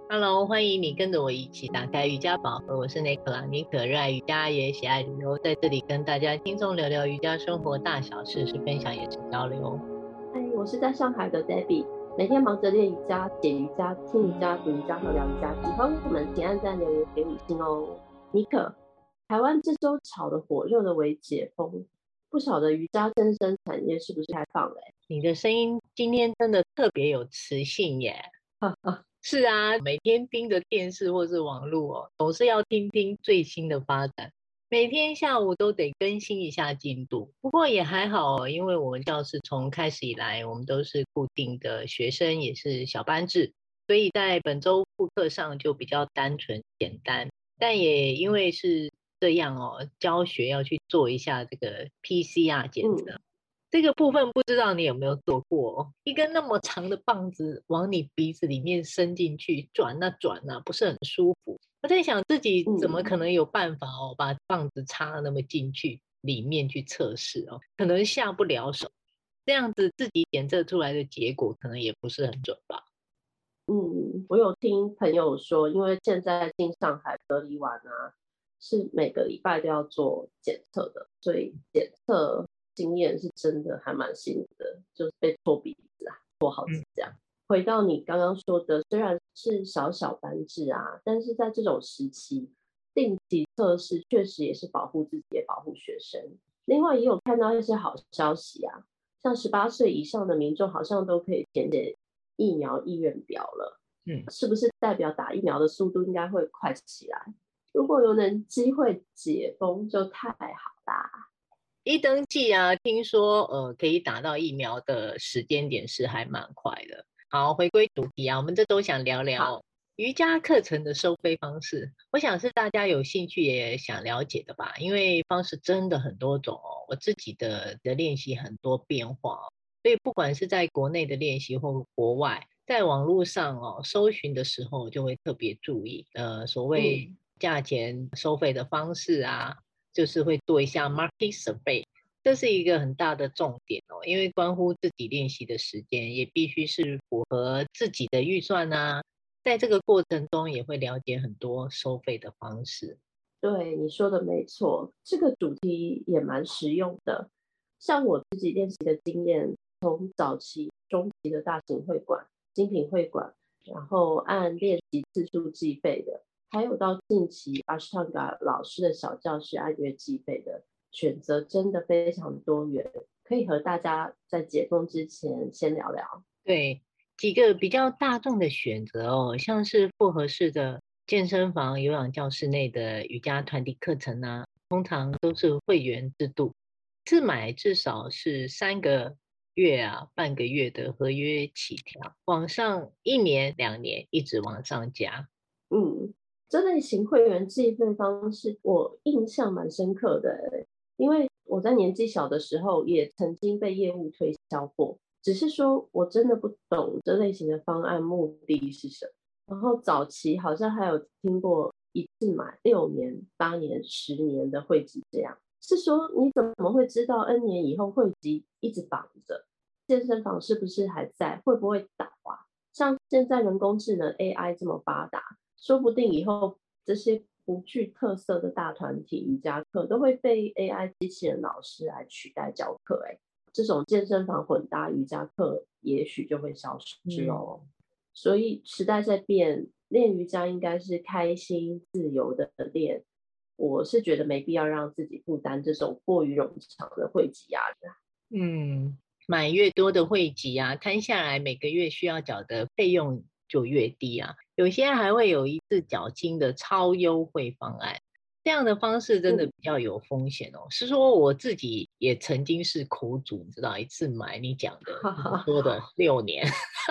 Hello，欢迎你跟着我一起打开瑜伽宝盒，我是内克拉，妮可，热爱瑜伽也喜爱旅游，在这里跟大家轻松聊聊瑜伽生活大小事，是分享也是交流。 嗨，我是在上海的 Debbie，每天忙着练瑜伽、写瑜伽、听瑜伽、读瑜伽和聊瑜伽。喜欢我们请按赞留言给5星哦。妮可，台湾这周炒得火热的微解封，不晓得瑜伽健身产业是不是开放了？ 你的声音今天真的特别有磁性耶。是啊，每天盯着电视或是网络总是要听听最新的发展，每天下午都得更新一下进度。不过也还好因为我们教室从开始以来，我们都是固定的学生，也是小班制，所以在本周复课上就比较单纯简单。但也因为是这样教学要去做一下这个 PCR 检测。这个部分不知道你有没有做过一根那么长的棒子往你鼻子里面伸进去，转啊转啊，不是很舒服。我在想自己怎么可能有办法把棒子插那么进去里面去测试可能下不了手。这样子自己检测出来的结果可能也不是很准吧。 我有听朋友说，因为现在进上海隔离完啊，是每个礼拜都要做检测的，所以检测经验是真的还蛮辛苦的，就是被戳鼻子啊，戳好几这样。回到你刚刚说的，虽然是小小班制啊，但是在这种时期，定期测试确实也是保护自己，也保护学生。另外也有看到一些好消息啊，像18岁以上的民众好像都可以填写疫苗意愿表了，是不是代表打疫苗的速度应该会快起来？如果有人机会解封就太好啦。 一登记啊，听说可以打到疫苗的时间点是还蛮快的。好，回归主题啊，我们这都想聊聊瑜伽课程的收费方式，我想是大家有兴趣也想了解的吧，因为方式真的很多种我自己的练习很多变化所以不管是在国内的练习或国外，在网络上搜寻的时候就会特别注意所谓价钱收费的方式啊，就是会做一下 market survey， 这是一个很大的重点因为关乎自己练习的时间，也必须是符合自己的预算啊。在这个过程中也会了解很多收费的方式。 对，你说的没错，这个主题也蛮实用的。像我自己练习的经验，从早期、中期的大型会馆、精品会馆，然后按练习次数计费的，还有到近期Ashtanga 老师的小教室按月计费的，选择真的非常多元，可以和大家在解封之前先聊聊。 对，几个比较大众的选择像是复合式的健身房、有氧教室内的瑜伽团体课程啊，通常都是会员制度，自买至少是3个月啊，半个月的合约起跳，往上1年、2年一直往上加。 这类型会员计费方式我印象蛮深刻的因为我在年纪小的时候也曾经被业务推销过，只是说我真的不懂这类型的方案目的是什么。然后早期好像还有听过一次买6年、8年、10年的会籍，这样是说你怎么会知道 N 年以后会籍一直绑着？健身房是不是还在？会不会倒啊？像现在人工智能 AI 这么发达，说不定以后这些不具特色的大团体瑜伽课都会被 AI 机器人老师来取代教课这种健身房混搭瑜伽课也许就会消失哦。所以时代在变，练瑜伽应该是开心自由的练。我是觉得没必要让自己负担这种过于冗长的会籍压力买越多的会籍啊，摊下来每个月需要缴的费用就越低啊。有些还会有一次缴清的超优惠方案，这样的方式真的比较有风险是说我自己也曾经是苦主，你知道，一次买你讲的说的6年。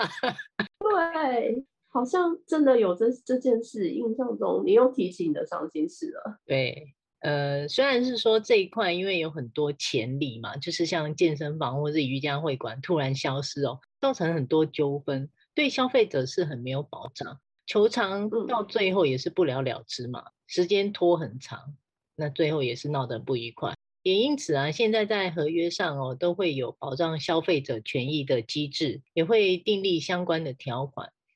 对，好像真的有这件事，印象中你又提起你的伤心事了。 对，虽然是说这一块因为有很多潜力嘛，就是像健身房或是瑜伽会馆突然消失造成很多纠纷，对消费者是很没有保障，求偿到最后也是不了了之嘛，时间拖很长，那最后也是闹得不愉快。也因此啊，现在在合约上都会有保障消费者权益的机制，也会订立相关的条款。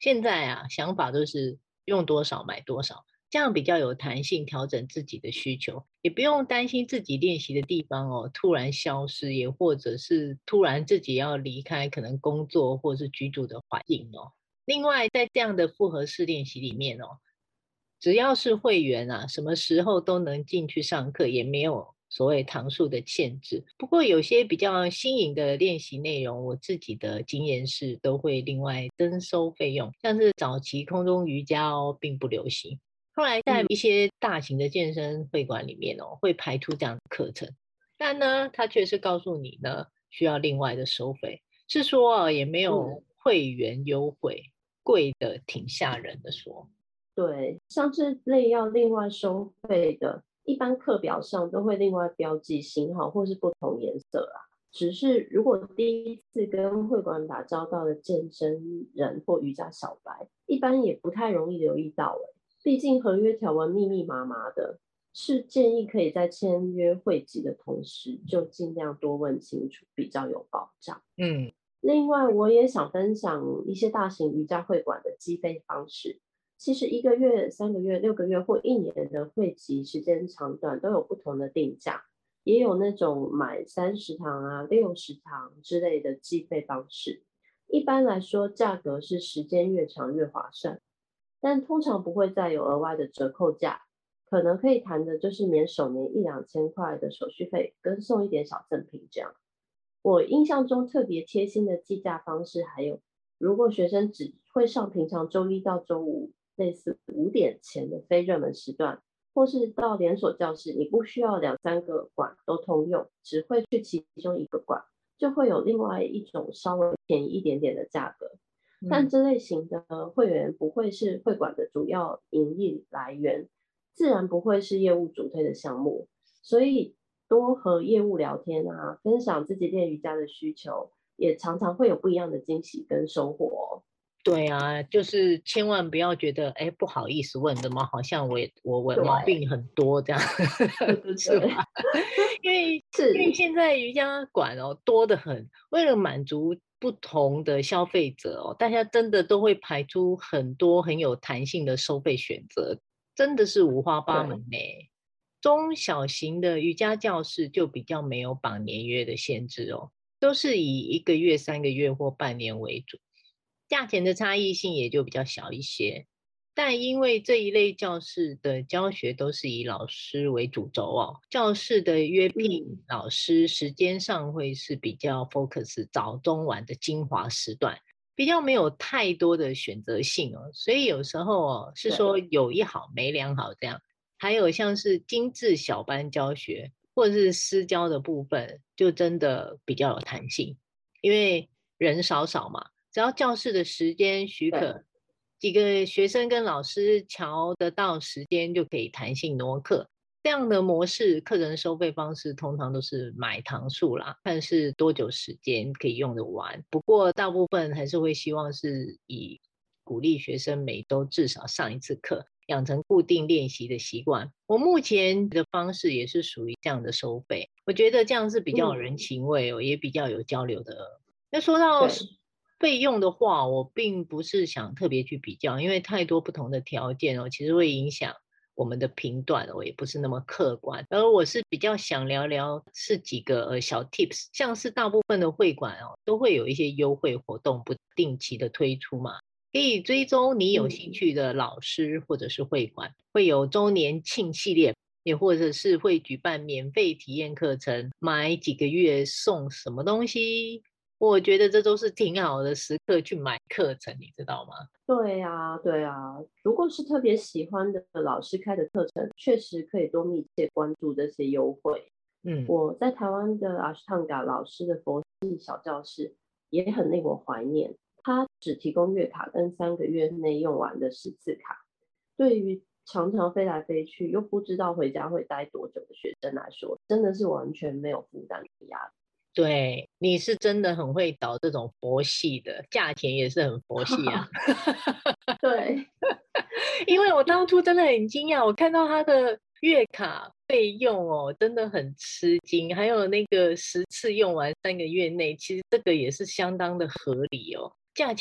现在啊，想法都是用多少买多少，这样比较有弹性，调整自己的需求，也不用担心自己练习的地方突然消失，也或者是突然自己要离开可能工作或是居住的环境另外，在这样的复合式练习里面只要是会员啊，什么时候都能进去上课，也没有所谓堂数的限制。不过有些比较新颖的练习内容，我自己的经验是都会另外增收费用，像是早期空中瑜伽并不流行。后来在一些大型的健身会馆里面会排出这样的课程，但呢，它却是告诉你呢，需要另外的收费，是说也没有会员优惠，贵的挺吓人的说。 对，像这类要另外收费的，一般课表上都会另外标记型号或是不同颜色啦。只是如果第一次跟会馆打交道的健身人或瑜伽小白，一般也不太容易留意到毕竟合约条文密密麻麻的，是建议可以在签约会籍的同时，就尽量多问清楚，比较有保障。另外，我也想分享一些大型瑜伽会馆的计费方式。其实1个月、3个月、6个月或1年的会籍时间长短都有不同的定价，也有那种买30堂啊、60堂之类的计费方式。一般来说，价格是时间越长越划算，但通常不会再有额外的折扣价，可能可以谈的就是免首年1-2千块的手续费，跟送一点小赠品这样。我印象中特别贴心的计价方式还有，如果学生只会上平常周一到周五类似5点前的非热门时段，或是到连锁教室，你不需要2-3个馆都通用，只会去其中一个馆，就会有另外一种稍微便宜一点点的价格。但这类型的会员不会是会馆的主要盈利来源，自然不会是业务主推的项目，所以多和业务聊天啊，分享自己练瑜伽的需求，也常常会有不一样的惊喜跟收获对啊，就是千万不要觉得不好意思问，怎么好像我毛病很多这样， 对对是吧？ 对， 因为现在瑜伽馆多得很，为了满足不同的消费者大家真的都会排出很多很有弹性的收费选择，真的是五花八门呢。中小型的瑜伽教室就比较没有绑年约的限制都是以1个月、3个月或半年为主。价钱的差异性也就比较小一些，但因为这一类教室的教学都是以老师为主轴教室的约聘老师时间上会是比较 focus 早中晚的精华时段，比较没有太多的选择性所以有时候是说有一好没两好这样。还有像是精致小班教学或者是私教的部分，就真的比较有弹性，因为人少少嘛。只要教室的时间许可，几个学生跟老师瞧得到时间，就可以弹性挪课。这样的模式，课程收费方式通常都是买堂数啦，看是多久时间可以用得完。不过大部分还是会希望是以鼓励学生每周至少上1次课，养成固定练习的习惯。我目前的方式也是属于这样的收费，我觉得这样是比较有人情味也比较有交流的。那说到费用的话，我并不是想特别去比较，因为太多不同的条件其实会影响我们的评断也不是那么客观。而我是比较想聊聊是几个小 tips， 像是大部分的会馆都会有一些优惠活动不定期的推出嘛，可以追踪你有兴趣的老师或者是会馆，会有周年庆系列，也或者是会举办免费体验课程，买几个月送什么东西。我觉得这都是挺好的时刻去买课程，你知道吗？ 对啊，对啊，如果是特别喜欢的老师开的课程，确实可以多密切关注这些优惠。我在台湾的阿斯汤嘎老师的佛系小教室也很令我怀念，他只提供月卡跟3个月内用完的10次卡，对于常常飞来飞去又不知道回家会待多久的学生来说，真的是完全没有负担的压力。 对，你是真的很会导这种佛系的，价钱也是很佛系啊。 对， 因为我当初真的很惊讶，我看到他的月卡费用真的很吃惊，还有那个10次用完3个月内，其实这个也是相当的合理价钱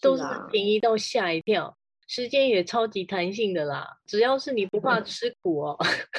都是啊， 平移到吓一跳，时间也超级弹性的啦。只要是你不怕吃苦哦，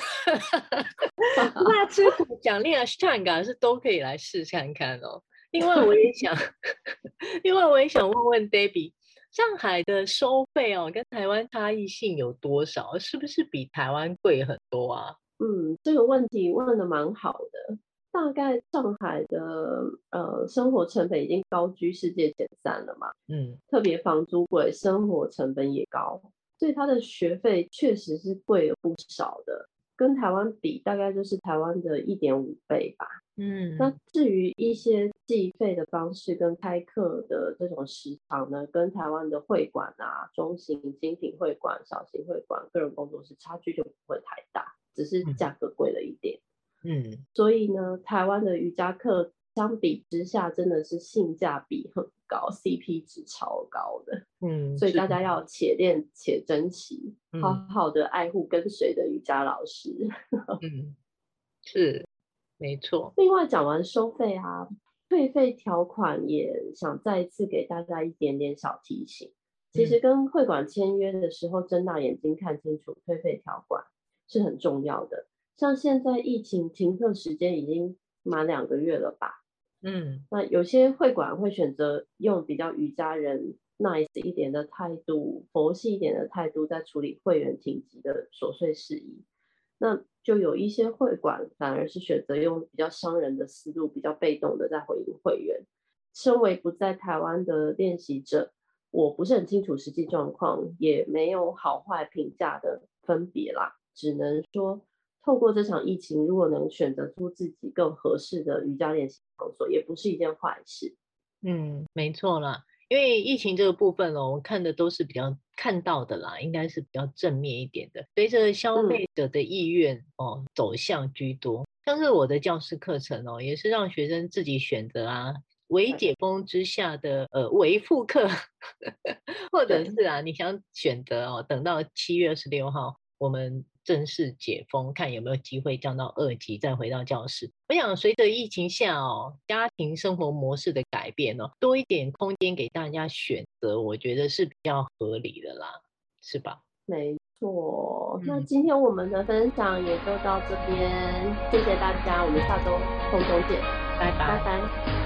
不怕吃苦，讲练 Ashtanga 是都可以来试看看哦。另外我也想，另外我也想问问 Debbie，上海的收费哦，跟台湾差异性有多少？是不是比台湾贵很多啊？ 这个问题问的蛮好的。大概上海的生活成本已经高居世界前3了嘛， 嗯特别房租贵，生活成本也高，所以它的学费确实是贵了不少的，跟台湾比大概就是台湾的1.5倍吧。那嗯至于一些计费的方式跟开课的这种时长呢，跟台湾的会馆啊、中型精品会馆、小型会馆、个人工作室差距就不会太大，只是嗯价格贵了一点。 嗯所以呢，台湾的瑜伽课相比之下真的是性价比很高，CP 值超高的。 嗯，是， 所以大家要且练且珍惜，好嗯好的爱护跟随的瑜伽老师。 嗯是没错， 另外讲完收费啊，退费条款也想再一次给大家一点点小提醒。其嗯实跟会馆签约的时候，睁大眼睛看清楚退费条款是很重要的。像现在疫情停课时间已经满2个月了吧？ 嗯那有些会馆会选择用比较瑜伽人 nice 一点的态度、佛系一点的态度，在处理会员停级的琐碎事宜。那就有一些会馆反而是选择用比较商人的思路，比较被动的在回应会员。身为不在台湾的练习者，我不是很清楚实际状况，也没有好坏评价的分别啦，只能说透过这场疫情，如果能选择出自己更合适的瑜伽练习场所，也不是一件坏事。 嗯，没错啦。因为疫情这个部分哦，我看的都是比较看到的啦，应该是比较正面一点的。随着消费者的意愿哦走向居多，像是我的教室课程哦，也是让学生自己选择啊，微解封之下的微复课，或者是啊，你想选择哦，等到7月26号我们正式解封，看有没有机会降到2级，再回到教室。我想随着疫情下哦，家庭生活模式的改变哦，多一点空间给大家选择，我觉得是比较合理的啦，是吧？ 没错，那嗯， 今天我们的分享也就到这边，谢谢大家，我们下周空中见， 拜拜。 拜拜。